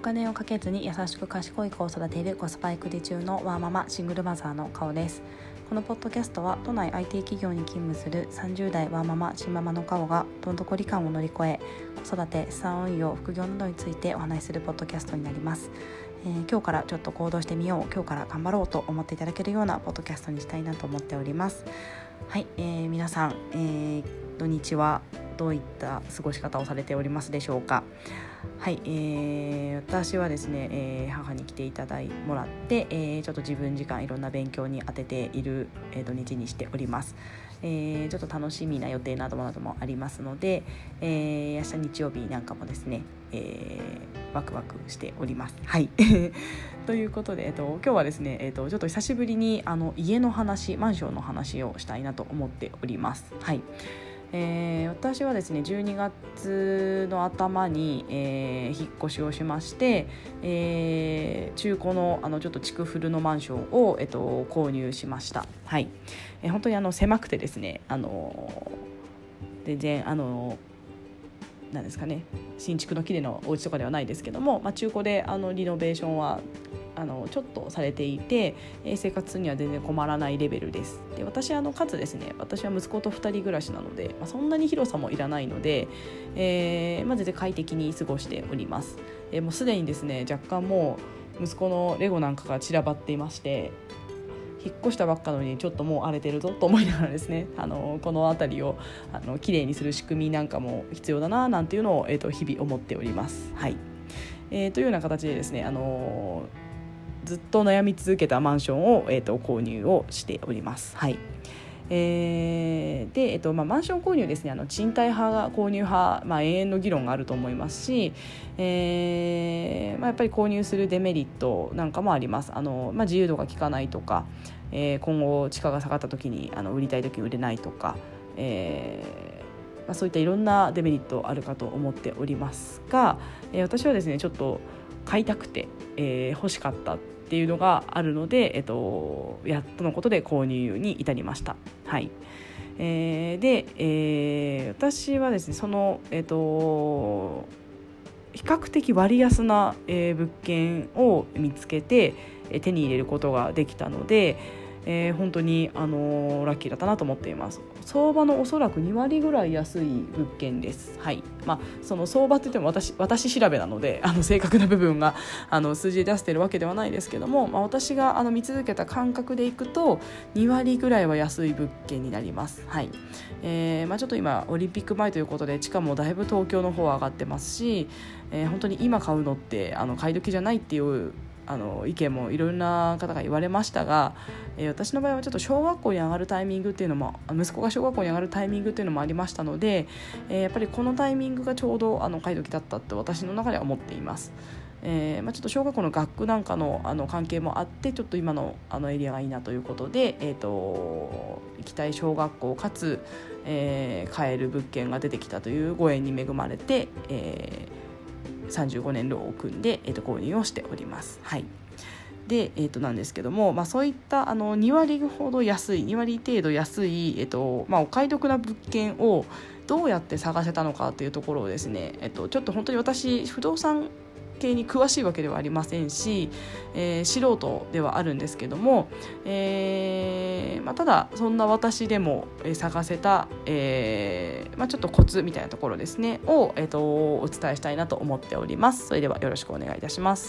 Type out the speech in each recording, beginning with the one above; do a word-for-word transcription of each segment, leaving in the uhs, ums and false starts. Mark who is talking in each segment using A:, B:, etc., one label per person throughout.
A: 金をかけずに優しく賢い子を育ているコスパ育児中のワーママシングルマザーの顔です。このポッドキャストは都内 アイティー 企業に勤務するさんじゅう代ワーママ新ママの顔がどん底離感を乗り越え、子育て、資産運用、副業などについてお話しするポッドキャストになります。えー、今日からちょっと行動してみよう、今日から頑張ろうと思っていただけるようなポッドキャストにしたいなと思っております。はい、えー、皆さん、えー、土日はどういった過ごし方をされておりますでしょうか。はい、えー、私はですね、えー、母に来ていただいてもらって、えー、ちょっと自分時間いろんな勉強に当てている、えー、土日にしております。えー、ちょっと楽しみな予定などなどもありますので、えー、明日日曜日なんかもですね、えー、ワクワクしております。はいということで、えっと、今日はですね、えっと、ちょっと久しぶりにあの家の話、マンションの話をしたいなと思っております。はい、えー、私はですねじゅうにがつの頭に、えー、引っ越しをしまして、えー、中古の、あのちょっと築古のマンションを、えっと、購入しました。はい、えー、本当にあの狭くてですね、あのー、全然あのー、なんですかね、新築の綺麗なお家とかではないですけども、まあ、中古であのリノベーションはあのちょっとされていて、えー、生活には全然困らないレベルです。で、私あのかつですね、私は息子とふたり暮らしなので、まあ、そんなに広さもいらないので、えーまあ、全然快適に過ごしております。えー、もうすでにですね、若干もう息子のレゴなんかが散らばっていまして、引っ越したばっかのにちょっともう荒れてるぞと思いながらですね、あのこの辺りをあの綺麗にする仕組みなんかも必要だななんていうのを、えー、と日々思っております。はい、えー、というような形でですね、あのーずっと悩み続けたマンションを、えー、と購入をしております。はい、えー、で、えーとまあ、マンション購入ですね、あの賃貸派が購入派、まあ、永遠の議論があると思いますし、えーまあ、やっぱり購入するデメリットなんかもあります。あの、まあ、自由度が利かないとか、えー、今後地価が下がった時にあの売りたい時に売れないとか、えーまあ、そういったいろんなデメリットあるかと思っておりますが、えー、私はですねちょっと買いたくて、えー、欲しかったっていうのがあるので、えっと、やっとのことで購入に至りました。はい、えー、で、えー、私はですねその、えっと、比較的割安な、えー、物件を見つけて、えー、手に入れることができたので、えー、本当に、あのー、ラッキーだったなと思っています。相場のおそらくにわりぐらい安い物件です。はい、まあ、その相場といっても 私, 私調べなので、あの正確な部分があの数字で出しているわけではないですけども、まあ、私があの見続けた感覚でいくとにわりぐらいは安い物件になります。はい、えーまあ、ちょっと今オリンピック前ということで地価もだいぶ東京の方は上がってますし、えー、本当に今買うのってあの買い時じゃないっていうあの意見もいろんな方が言われましたが、えー、私の場合はちょっと小学校に上がるタイミングっていうのも、息子が小学校に上がるタイミングっていうのもありましたので、えー、やっぱりこのタイミングがちょうどあの買い時だったって私の中では思っています。えーまあ、ちょっと小学校の学区なんか の, あの関係もあってちょっと今 の, あのエリアがいいなということで、えー、と行きたい小学校かつ、えー、買える物件が出てきたというご縁に恵まれて、えーさんじゅうごねんローンを組んで、えー、と購入をしております。はい、で、えー、となんですけども、まあ、そういったあのにわりほど安いにわり程度安い、えーとまあ、お買い得な物件をどうやって探せたのかというところをですね、えー、とちょっと本当に私不動産系に詳しいわけではありませんし、えー、素人ではあるんですけども、えーまあ、ただそんな私でも探せた、えーまあ、ちょっとコツみたいなところですねを、えー、とお伝えしたいなと思っております。それではよろしくお願いいたします。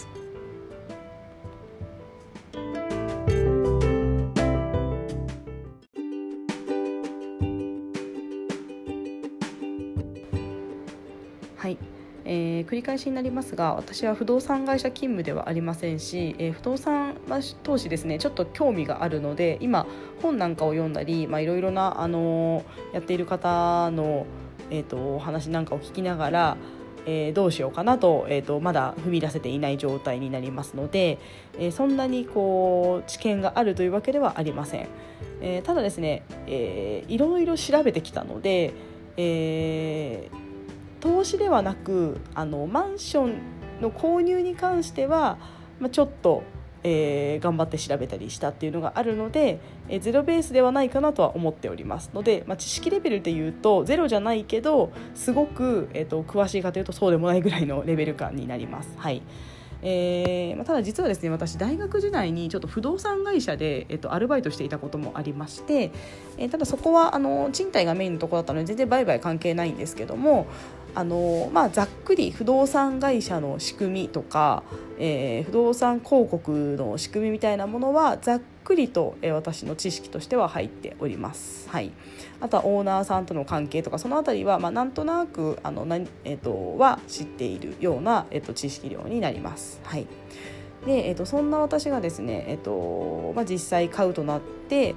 A: はい、えー、繰り返しになりますが、私は不動産会社勤務ではありませんし、えー、不動産投資ですねちょっと興味があるので、今本なんかを読んだり、まあ、いろいろな、あのー、やっている方の、えー、とお話なんかを聞きながら、えー、どうしようかなと、えー、とまだ踏み出せていない状態になりますので、えー、そんなにこう知見があるというわけではありません。えー、ただですね、えー、いろいろ調べてきたので、えー投資ではなくあのマンションの購入に関しては、まあ、ちょっと、えー、頑張って調べたりしたっていうのがあるので、えー、ゼロベースではないかなとは思っておりますので、まあ、知識レベルでいうとゼロじゃないけどすごく、えーと、詳しいかというとそうでもないぐらいのレベル感になります。はい、 えーまあ、ただ実はですね、私大学時代にちょっと不動産会社で、えっと、アルバイトしていたこともありまして、えー、ただそこはあの賃貸がメインのところだったので全然売買関係ないんですけども、あのまあ、ざっくり不動産会社の仕組みとか、えー、不動産広告の仕組みみたいなものはざっくりと、えー、私の知識としては入っております。はい、あとはオーナーさんとの関係とかそのあたりは、まあ、なんとなくあのな、えー、とは知っているような、えー、と知識量になります。はい、で、えー、とそんな私がですね、えーとまあ、実際買うとなって、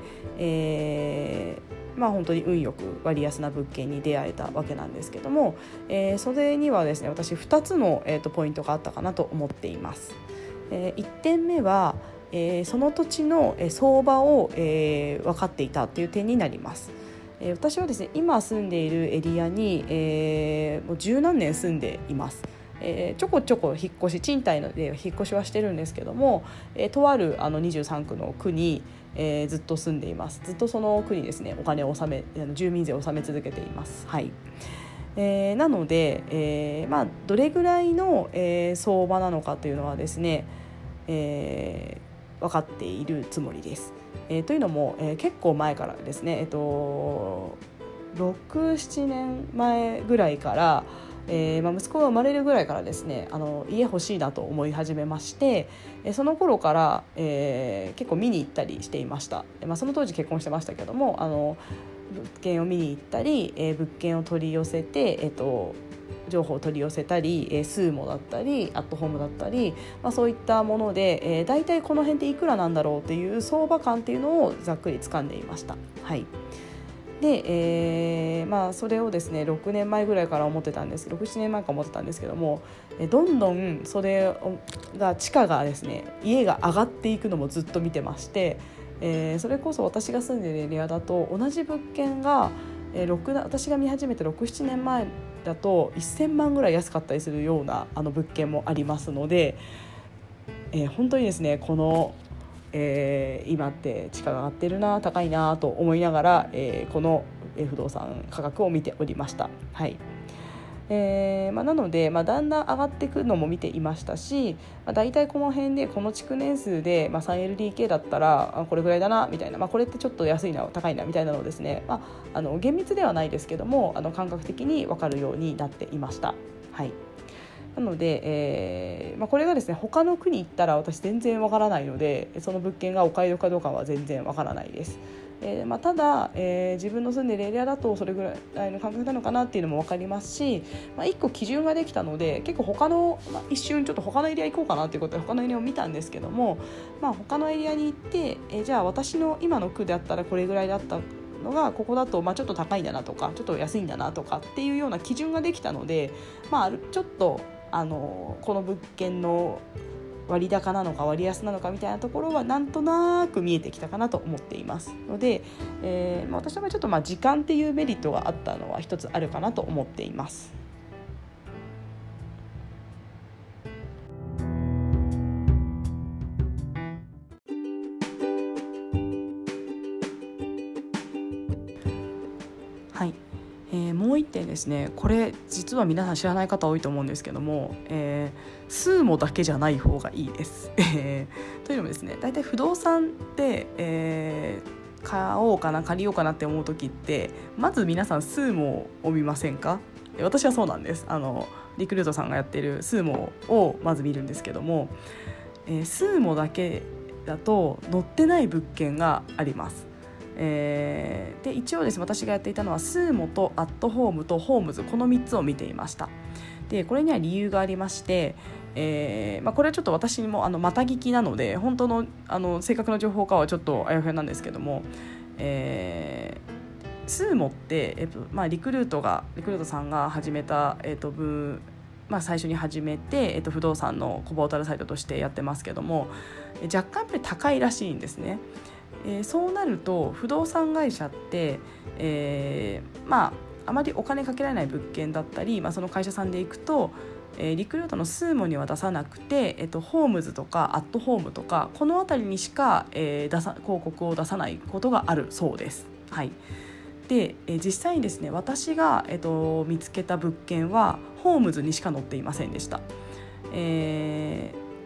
A: えーまあ、本当に運よく割安な物件に出会えたわけなんですけども、えー、それにはですね私ふたつの、えー、とポイントがあったかなと思っています。えー、いってんめは、えー、その土地の相場を、えー、分かっていたっていう点になります。えー、私はですね今住んでいるエリアに、えー、もう十何年住んでいます。えー、ちょこちょこ引っ越し賃貸で引っ越しはしてるんですけども、えー、とあるあのにじゅうさんくの区に、えー、ずっと住んでいます。ずっとその区にですねお金を納め住民税を納め続けています。はい、えー、なので、えーまあ、どれぐらいの、えー、相場なのかというのはですね、えー、分かっているつもりです。えー、というのも、えー、結構前からですね、えーと、ろく、ななねんまえぐらいからえーまあ、息子が生まれるぐらいからですねあの家欲しいなと思い始めまして、えー、その頃から、えー、結構見に行ったりしていました。まあ、その当時結婚してましたけどもあの物件を見に行ったり、えー、物件を取り寄せて、えーと、情報を取り寄せたり、えー、スーモだったりアットホームだったり、まあ、そういったもので、えー、大体この辺でいくらなんだろうっていう相場感っていうのをざっくり掴んでいました。はい、で、えーまあ、それをですねろくねんまえぐらいから思ってたんですろく、ななねんまえから思ってたんですけども、えどんどんそれが地価がですね家が上がっていくのもずっと見てまして、えー、それこそ私が住んでいるエリアだと同じ物件が、えー、6私が見始めてろく、ななねんまえだとせんまんぐらい安かったりするようなあの物件もありますので、えー、本当にですねこのえー、今って地価が上がってるな高いなと思いながら、えー、この不動産価格を見ておりました。はい、えーまあ、なので、まあ、だんだん上がってくるのも見ていましたし、まあ、大体この辺でこの築年数で、まあ、スリーエルディーケー だったらあこれぐらいだなみたいな、まあ、これってちょっと安いな高いなみたいなのをですね、まあ、あの厳密ではないですけどもあの感覚的に分かるようになっていました。はい、なので、えーまあ、これがですね他の区に行ったら私全然わからないのでその物件がお買い得かどうかは全然わからないです。えーまあ、ただ、えー、自分の住んでいるエリアだとそれぐらいの感覚なのかなっていうのも分かりますし、まあ、いっこ基準ができたので結構他の、まあ、一瞬ちょっと他のエリア行こうかなということで他のエリアを見たんですけども、まあ、他のエリアに行って、えー、じゃあ私の今の区であったらこれぐらいだったのがここだとまあちょっと高いんだなとかちょっと安いんだなとかっていうような基準ができたので、まあ、ちょっとあのこの物件の割高なのか割安なのかみたいなところはなんとなく見えてきたかなと思っていますので、えーまあ、私はちょっとまあ時間っていうメリットがあったのは一つあるかなと思っています。はい、えー、もう一点ですねこれ実は皆さん知らない方多いと思うんですけども、えー、スーモだけじゃない方がいいです、えー、というのもですねだいたい不動産って、えー、買おうかな借りようかなって思う時ってまず皆さんスーモを見ませんか？私はそうなんです。あのリクルートさんがやってるスーモをまず見るんですけども、えー、スーモだけだと載ってない物件があります。えー、で一応ですね私がやっていたのはスーモとアットホームとホームズこのみっつを見ていました。でこれには理由がありまして、えーまあ、これはちょっと私もあのまた聞きなので本当の、あの正確な情報かはちょっとあやふやなんですけども、えー、スーモって、えっとまあ、リクルートがリクルートさんが始めた、えっとブまあ、最初に始めて、えっと、不動産のコポータルサイトとしてやってますけども若干やっぱり高いらしいんですね。えー、そうなると不動産会社って、えー、まああまりお金かけられない物件だったり、まあ、その会社さんで行くと、えー、リクルートのスーモには出さなくて、えーと、ホームズとかアットホームとかこの辺りにしか、えー、出さ広告を出さないことがあるそうです。はい、で、えー、実際にですね私が、えーと、見つけた物件はホームズにしか載っていませんでした。えー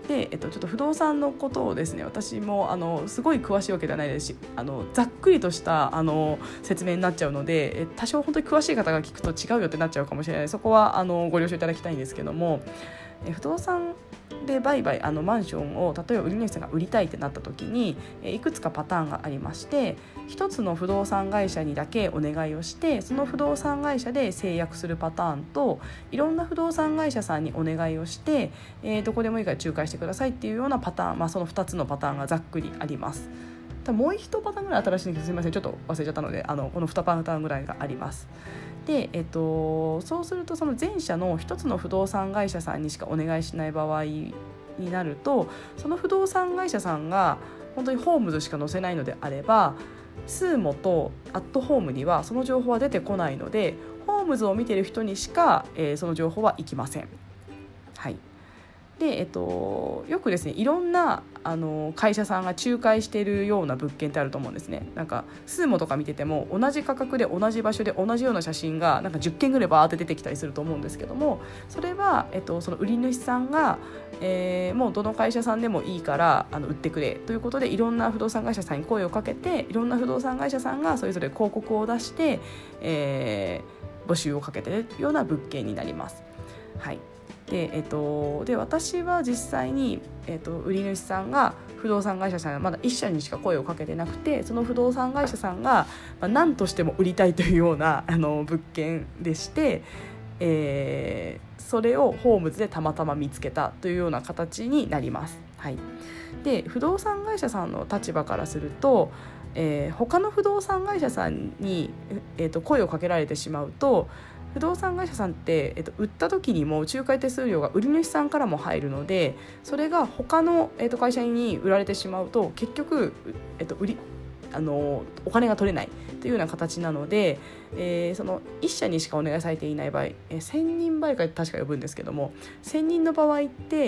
A: で、えっと、ちょっと不動産のことをですね、私もあのすごい詳しいわけではないですし、あのざっくりとしたあの説明になっちゃうので、え多少本当に詳しい方が聞くと違うよってなっちゃうかもしれない。そこはあのご了承いただきたいんですけども、え不動産で売買あのマンションを例えば売り主さんが売りたいってなった時に、いくつかパターンがありまして、一つの不動産会社にだけお願いをしてその不動産会社で制約するパターンと、いろんな不動産会社さんにお願いをして、えー、どこでもいいから仲介してくださいっていうようなパターン、まあ、そのふたつのパターンがざっくりあります。もう一パターンぐらい新しいんですけど、すみませんちょっと忘れちゃったので、あのこのにパターンぐらいがあります。で、えっと、そうするとその前者の一つの不動産会社さんにしかお願いしない場合になると、その不動産会社さんが本当にホームズしか載せないのであれば、スーモとアットホームにはその情報は出てこないので、ホームズを見ている人にしか、えー、その情報は行きません。はい。で、えっと、よくですね、いろんなあの会社さんが仲介しているような物件ってあると思うんですね。なんかスーモとか見てても同じ価格で同じ場所で同じような写真がなんかじゅっけんぐらいバーって出てきたりすると思うんですけども、それは、えっと、その売り主さんが、えー、もうどの会社さんでもいいからあの売ってくれということで、いろんな不動産会社さんに声をかけて、いろんな不動産会社さんがそれぞれ広告を出して、えー、募集をかけているような物件になります。はい。でえっと、で私は実際に、えっと、売り主さんが不動産会社さんまだいっ社にしか声をかけてなくて、その不動産会社さんが、まあ、何としても売りたいというようなあの物件でして、えー、それをホームズでたまたま見つけたというような形になります。はい。で不動産会社さんの立場からすると、えー、他の不動産会社さんに、えー、と声をかけられてしまうと、不動産会社さんって、えっと、売った時にも仲介手数料が売り主さんからも入るので、それが他の、えっと、会社に売られてしまうと結局、えっと、売りあのお金が取れないというような形なので、えー、そのいっ社にしかお願いされていない場合、えー、せんにん売買って確か呼ぶんですけども、せんにんの場合って、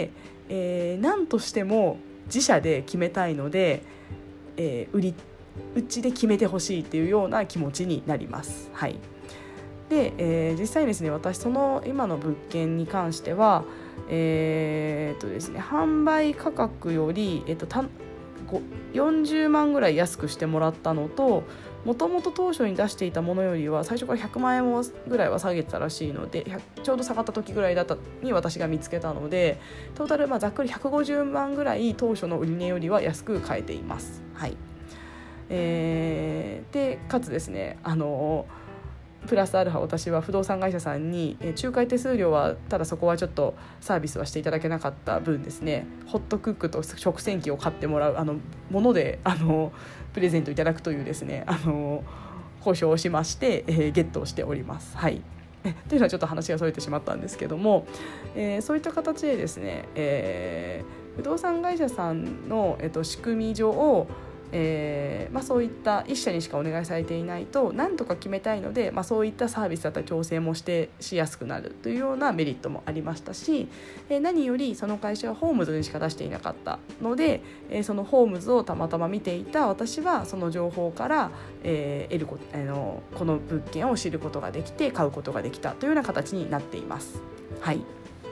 A: えー、何としても自社で決めたいので、えー、売りうちで決めてほしいっていうような気持ちになります。はい。で、えー、実際にですね、私その今の物件に関しては、えーっとですね、販売価格より、えっと、たよんじゅうまんぐらい安くしてもらったのと、もともと当初に出していたものよりは最初からひゃくまんえんぐらいは下げてたらしいので、ちょうど下がった時ぐらいだったに私が見つけたので、トータルまあざっくりひゃくごじゅうまんぐらい当初の売値よりは安く買えています。はい。えー、でかつですね、あのプラスアルファ私は不動産会社さんに仲介手数料はただそこはちょっとサービスはしていただけなかった分ですね、ホットクックと食洗機を買ってもらうあのものであのプレゼントいただくというですね、あの交渉をしまして、えー、ゲットをしております。はい。というのはちょっと話がそれてしまったんですけども、えー、そういった形でですね、えー、不動産会社さんの、えっと、仕組み上えーまあ、そういった一社にしかお願いされていないと何とか決めたいので、まあ、そういったサービスだったり調整もしてしやすくなるというようなメリットもありましたし、えー、何よりその会社はホームズにしか出していなかったので、えー、そのホームズをたまたま見ていた私はその情報から、えー、得るこ、あのこの物件を知ることができて買うことができたというような形になっています。はい。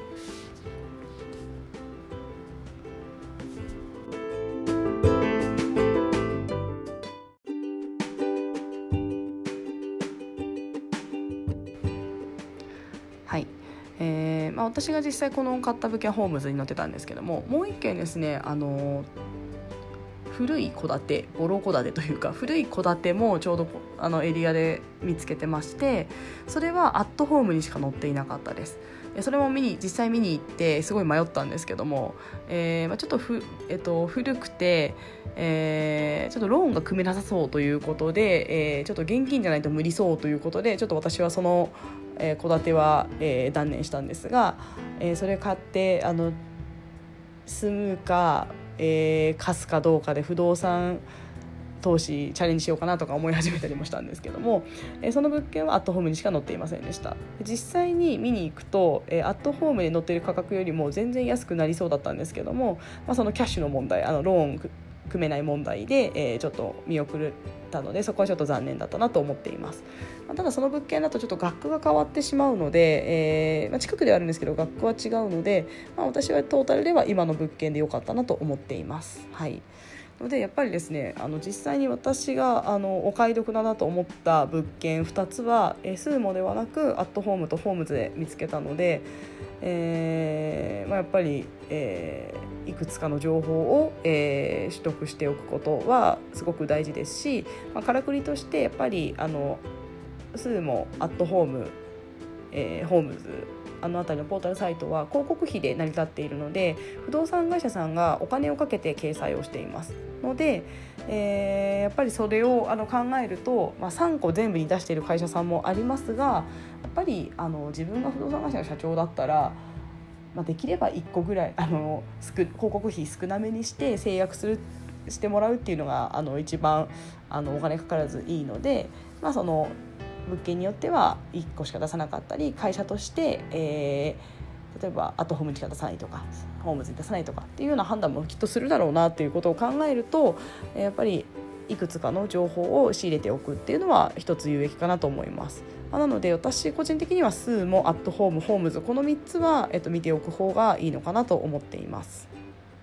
A: はいえーまあ、私が実際この買った物件はホームズに載ってたんですけども、もう一軒ですね、あの古い戸建てボロ戸建てというか古い戸建てもちょうどあのエリアで見つけてまして、それはアットホームにしか載っていなかったです。それも見に実際見に行ってすごい迷ったんですけども、えーまあ、ちょっとふ、えっと、古くて、えー、ちょっとローンが組めなさそうということで、えー、ちょっと現金じゃないと無理そうということで、ちょっと私はその戸、えー、建ては、えー、断念したんですが、えー、それ買ってあの住むか、えー、貸すかどうかで不動産投資チャレンジしようかなとか思い始めたりもしたんですけども、えー、その物件はアットホームにしか載っていませんでした。実際に見に行くと、えー、アットホームで載っている価格よりも全然安くなりそうだったんですけども、まあ、そのキャッシュの問題、あのローン組めない問題で、えー、ちょっと見送るたので、そこはちょっと残念だったなと思っています。まあ、ただその物件だとちょっと学区が変わってしまうので、えーまあ、近くではあるんですけど学区は違うので、まあ、私はトータルでは今の物件で良かったなと思っています。はい。のでやっぱりですね、あの実際に私があのお買い得だなと思った物件ふたつは、えー、スーモではなくアットホームとホームズで見つけたので、えーまあ、やっぱり、えー、いくつかの情報を、えー、取得しておくことはすごく大事ですし、まあ、からくりとしてやっぱりあのスーモ、アットホーム、えー、ホームズ、あのあたりのポータルサイトは広告費で成り立っているので、不動産会社さんがお金をかけて掲載をしていますので、えー、やっぱりそれをあの考えると、まあ、さんこ全部に出している会社さんもありますが、やっぱりあの自分が不動産会社の社長だったら、まあ、できればいっこぐらいあの広告費少なめにして制約するしてもらうっていうのがあの一番あのお金かからずいいので、まあ、その物件によってはいっこしか出さなかったり、会社として、えー、例えばアットホームにしか出さないとかホームズに出さないとかっていうような判断もきっとするだろうなっていうことを考えると、やっぱりいくつかの情報を仕入れておくっていうのは一つ有益かなと思います。まあ、なので私個人的にはスーモ、アットホーム、ホームズ、このみっつは、えっと、見ておく方がいいのかなと思っています。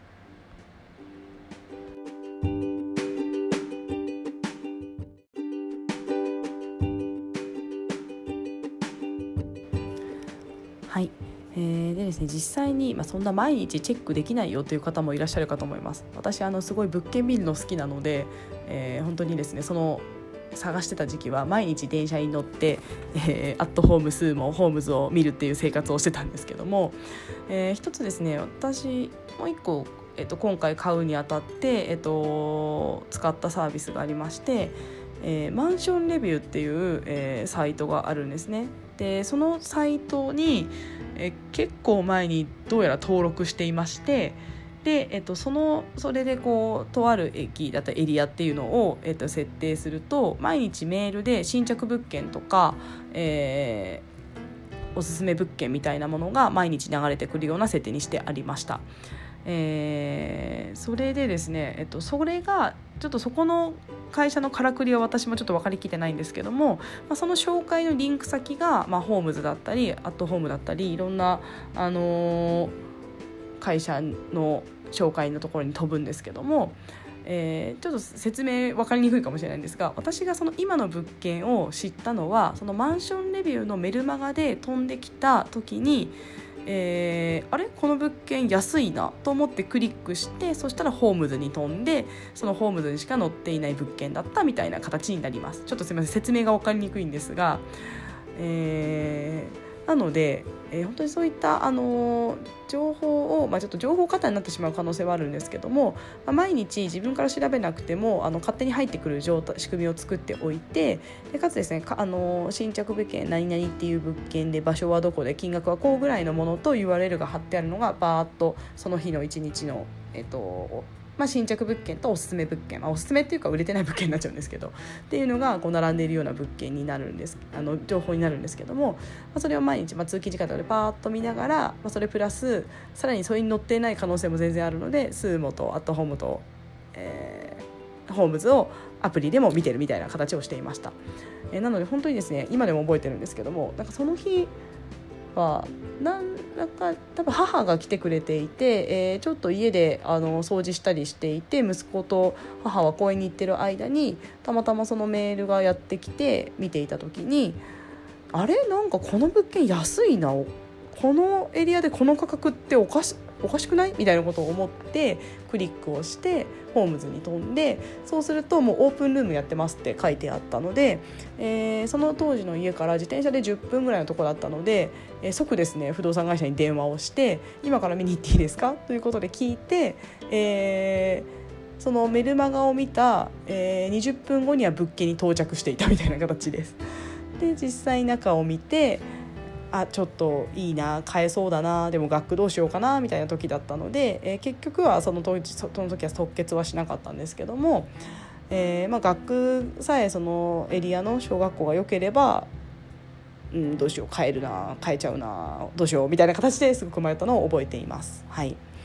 A: はい、えーでですね、実際に、まあ、そんな毎日チェックできないよという方もいらっしゃるかと思います。私あのすごい物件見るの好きなので、えー、本当にですね、その探してた時期は毎日電車に乗って、えー、アットホームスーモホームズを見るっていう生活をしてたんですけども、えー、一つですね、私もう一個、えー、と今回買うにあたって、えー、と使ったサービスがありまして、えー、マンションレビューっていう、えー、サイトがあるんですね。でそのサイトに、えー、結構前にどうやら登録していまして、で、えっと、そのそれでこうとある駅だったりエリアっていうのを、えっと、設定すると毎日メールで新着物件とか、えー、おすすめ物件みたいなものが毎日流れてくるような設定にしてありました。えー、それでですね、えっと、それがちょっとそこの会社のからくりは私もちょっと分かりきってないんですけども、まあ、その紹介のリンク先が、まあ、ホームズだったりアットホームだったりいろんな、あのー、会社の紹介のところに飛ぶんですけども、えー、ちょっと説明分かりにくいかもしれないんですが、私がその今の物件を知ったのはそのマンションレビューのメルマガで飛んできた時に、えー、あれこの物件安いなと思ってクリックして、そしたらホームズに飛んで、そのホームズにしか載っていない物件だったみたいな形になります。ちょっとすみません、説明が分かりにくいんですが、えーなので、えー、本当にそういった、あのー、情報を、まあ、ちょっと情報過多になってしまう可能性はあるんですけども、まあ、毎日自分から調べなくてもあの勝手に入ってくる状態仕組みを作っておいて、でかつですね、か、あのー、新着物件何々っていう物件で場所はどこで金額はこうぐらいのものと ユーアールエル が貼ってあるのがバーッとその日の一日の、えっとまあ、新着物件とおすすめ物件、まあ、おすすめっていうか売れてない物件になっちゃうんですけどっていうのがこう並んでいるような物件になるんです、あの情報になるんですけども、まあ、それを毎日、まあ、通勤時間とかでパーッと見ながら、まあ、それプラスさらにそれに載っていない可能性も全然あるので、スーモとアットホームと、えー、ホームズをアプリでも見てるみたいな形をしていました。えー、なので本当にですね、今でも覚えてるんですけども、なんかその日はなんか多分母が来てくれていて、えー、ちょっと家であの掃除したりしていて、息子と母は公園に行ってる間にたまたまそのメールがやってきて見ていた時に、あれなんかこの物件安いな、このエリアでこの価格っておかしおかしくないみたいなことを思ってクリックをしてホームズに飛んで、そうするともうオープンルームやってますって書いてあったので、えー、その当時の家から自転車でじゅっぷんぐらいのところだったので、えー、即ですね不動産会社に電話をして、今から見に行っていいですかということで聞いて、えー、そのメルマガを見た、えー、にじゅっぷんごには物件に到着していたみたいな形です。で実際中を見て、あちょっといいな、買えそうだな、でも学区どうしようかなみたいな時だったので、えー、結局はその時その時は即決はしなかったんですけども、えーまあ、学区さえそのエリアの小学校が良ければ、うん、どうしよう、買えるな、買えちゃうな、どうしようみたいな形ですごく迷ったのを覚えています。はい。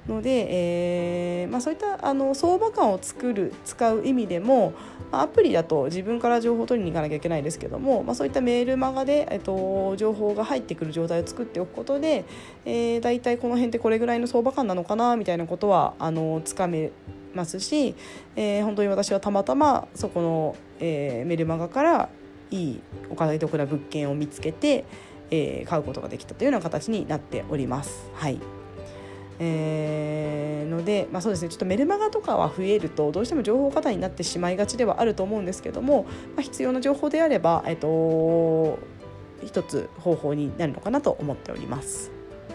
A: ので、えーまあ、そういったあの相場感を作る使う意味でも、アプリだと自分から情報を取りに行かなきゃいけないですけども、まあ、そういったメールマガで、えっと、情報が入ってくる状態を作っておくことで、えー、だいたいこの辺ってこれぐらいの相場感なのかなみたいなことはあのつかめますし、えー、本当に私はたまたまそこの、えー、メルマガからいいお買い得な物件を見つけて、えー、買うことができたというような形になっております。はい。えー、ので、まあそうですね、ちょっとメルマガとかは増えるとどうしても情報過多になってしまいがちではあると思うんですけども、まあ、必要な情報であれば、えっと、一つ方法になるのかなと思っております。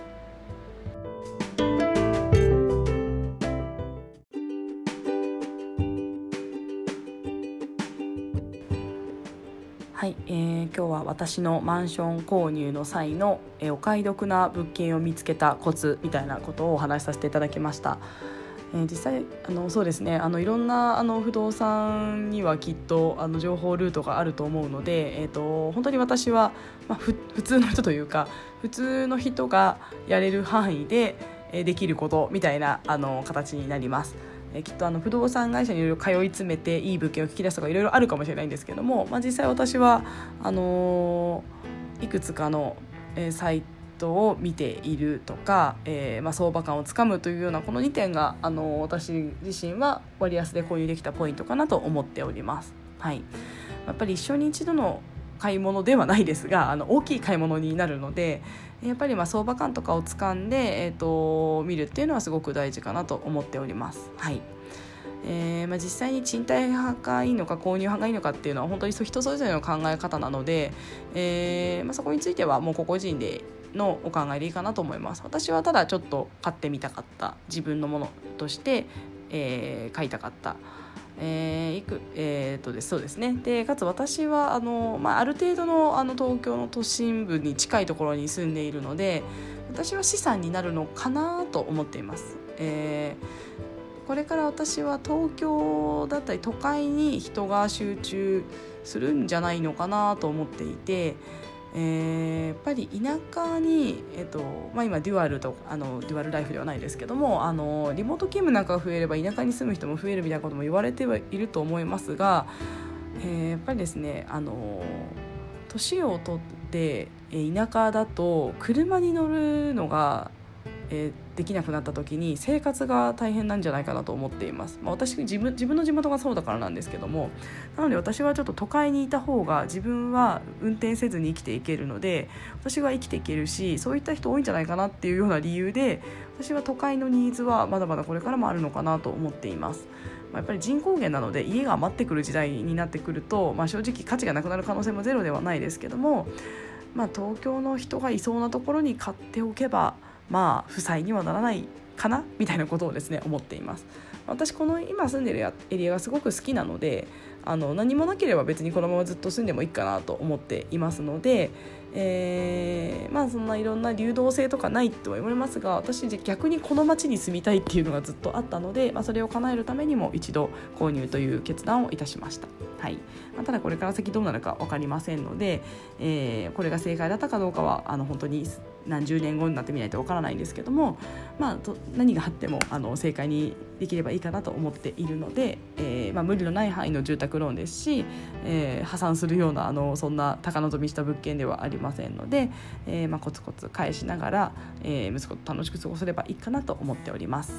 A: はい、えー、今日は私のマンション購入の際の、えー、お買い得な物件を見つけたコツみたいなことをお話しさせていただきました。えー、実際あのそうですね、あのいろんなあの不動産にはきっとあの情報ルートがあると思うので、えー、と本当に私は、まあ、ふ普通の人というか普通の人がやれる範囲で、えー、できることみたいなあの形になります。えー、きっとあの不動産会社にいろいろ通い詰めていい物件を聞き出すとかいろいろあるかもしれないんですけども、まあ、実際私はあのー、いくつかの、えー、サイトを見ているとか、えーまあ、相場感をつかむというようなこのにてんが、あのー、私自身は割安で購入できたポイントかなと思っております。はい、やっぱり一生に一度の買い物ではないですが、あの大きい買い物になるので、やっぱりまあ相場感とかを掴んで、えー、と見るっていうのはすごく大事かなと思っております。はい。えーまあ、実際に賃貸派がいいのか購入派がいいのかっていうのは本当に人それぞれの考え方なので、えーまあ、そこについてはもう個々人でのお考えでいいかなと思います。私はただちょっと買ってみたかった自分のものとして、えー、買いたかったえーいくえー、とですそうですね。でかつ私はあの、まあ、ある程度の、あの東京の都心部に近いところに住んでいるので、私は資産になるのかなと思っています。えー、これから私は東京だったり都会に人が集中するんじゃないのかなと思っていて、えー、やっぱり田舎に、えっとまあ、今デュアルとあのデュアルライフではないですけども、あのリモート勤務なんかが増えれば田舎に住む人も増えるみたいなことも言われてはいると思いますが、えー、やっぱりですね、あの年を取って田舎だと車に乗るのがえー、できなくなった時に生活が大変なんじゃないかなと思っています。まあ、私自分、自分の地元がそうだからなんですけども、なので私はちょっと都会にいた方が自分は運転せずに生きていけるので、私は生きていけるし、そういった人多いんじゃないかなっていうような理由で、私は都会のニーズはまだまだこれからもあるのかなと思っています。まあ、やっぱり人口減なので家が余ってくる時代になってくると、まあ、正直価値がなくなる可能性もゼロではないですけども、まあ、東京の人がいそうなところに買っておけばまあ負債にはならないかなみたいなことをですね思っています。私この今住んでるエリアがすごく好きなので、あの何もなければ別にこのままずっと住んでもいいかなと思っていますので、えー、まあそんないろんな流動性とかないとは言われますが、私逆にこの町に住みたいっていうのがずっとあったので、まあ、それを叶えるためにも一度購入という決断をいたしました。はい。まあ、ただこれから先どうなるか分かりませんので、えー、これが正解だったかどうかはあの本当に何十年後になってみないと分からないんですけども、まあ、と何があってもあの正解にできればいいかなと思っているので、えーまあ、無理のない範囲の住宅ローンですし、えー、破産するようなあのそんな高望みした物件ではありませんので、えーまあ、コツコツ返しながら、えー、息子と楽しく過ごせればいいかなと思っております。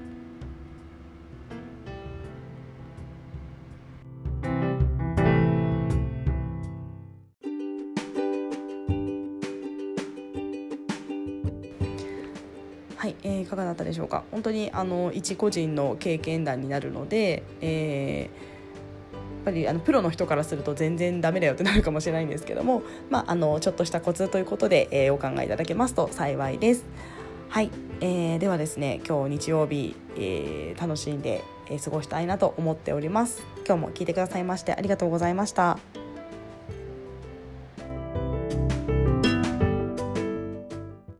A: はい、えー、いかがだったでしょうか。本当にあの一個人の経験談になるので、えーやっぱりあのプロの人からすると全然ダメだよってなるかもしれないんですけども、まあ、あのちょっとしたコツということで、えー、お考えいただけますと幸いです。はい、えー、ではですね、今日日曜日、えー、楽しんで、えー、過ごしたいなと思っております。今日も聞いてくださいましてありがとうございました。